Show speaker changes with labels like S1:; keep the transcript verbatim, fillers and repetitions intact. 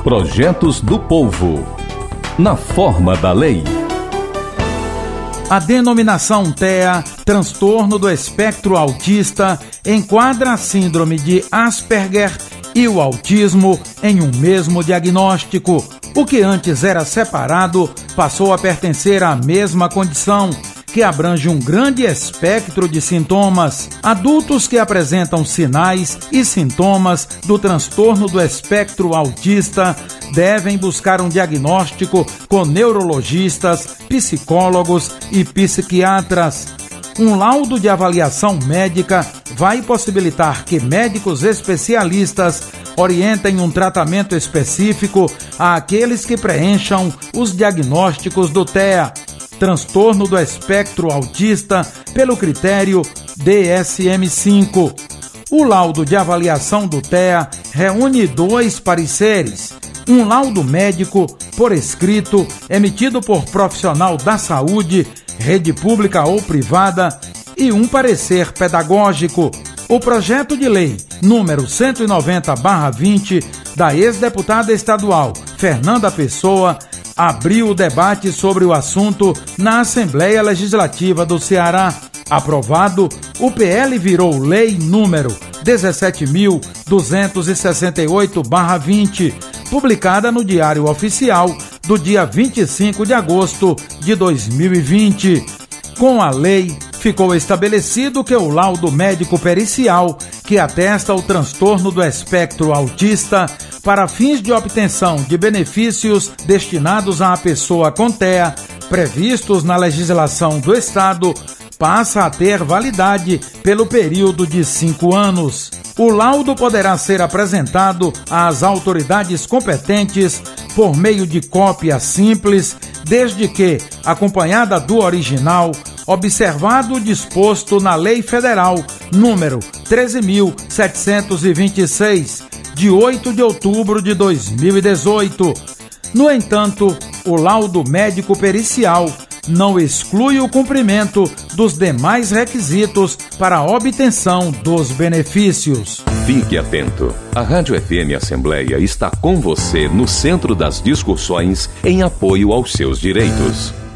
S1: Projetos do Povo, na forma da lei.
S2: A denominação T E A, transtorno do espectro autista, enquadra a síndrome de Asperger e o autismo em um mesmo diagnóstico. O que antes era separado passou a pertencer à mesma condição, que abrange um grande espectro de sintomas. Adultos que apresentam sinais e sintomas do transtorno do espectro autista devem buscar um diagnóstico com neurologistas, psicólogos e psiquiatras. Um laudo de avaliação médica vai possibilitar que médicos especialistas orientem um tratamento específico àqueles que preencham os diagnósticos do T E A, transtorno do espectro autista, pelo critério D S M cinco. O laudo de avaliação do T E A reúne dois pareceres: um laudo médico por escrito, emitido por profissional da saúde, rede pública ou privada, e um parecer pedagógico. O projeto de lei número cento e noventa barra vinte, da ex-deputada estadual Fernanda Pessoa, abriu o debate sobre o assunto na Assembleia Legislativa do Ceará. Aprovado, o P L virou lei número dezessete mil duzentos e sessenta e oito barra vinte, publicada no Diário Oficial do dia vinte e cinco de agosto de dois mil e vinte. Com a lei, ficou estabelecido que o laudo médico pericial que atesta o transtorno do espectro autista, para fins de obtenção de benefícios destinados à pessoa com T E A, previstos na legislação do Estado, passa a ter validade pelo período de cinco anos. O laudo poderá ser apresentado às autoridades competentes por meio de cópia simples, desde que, acompanhada do original, observado o disposto na Lei Federal número treze mil setecentos e vinte e seis, de oito de outubro de dois mil e dezoito. No entanto, o laudo médico pericial não exclui o cumprimento dos demais requisitos para a obtenção dos benefícios.
S1: Fique atento. A Rádio F M Assembleia está com você no centro das discussões em apoio aos seus direitos.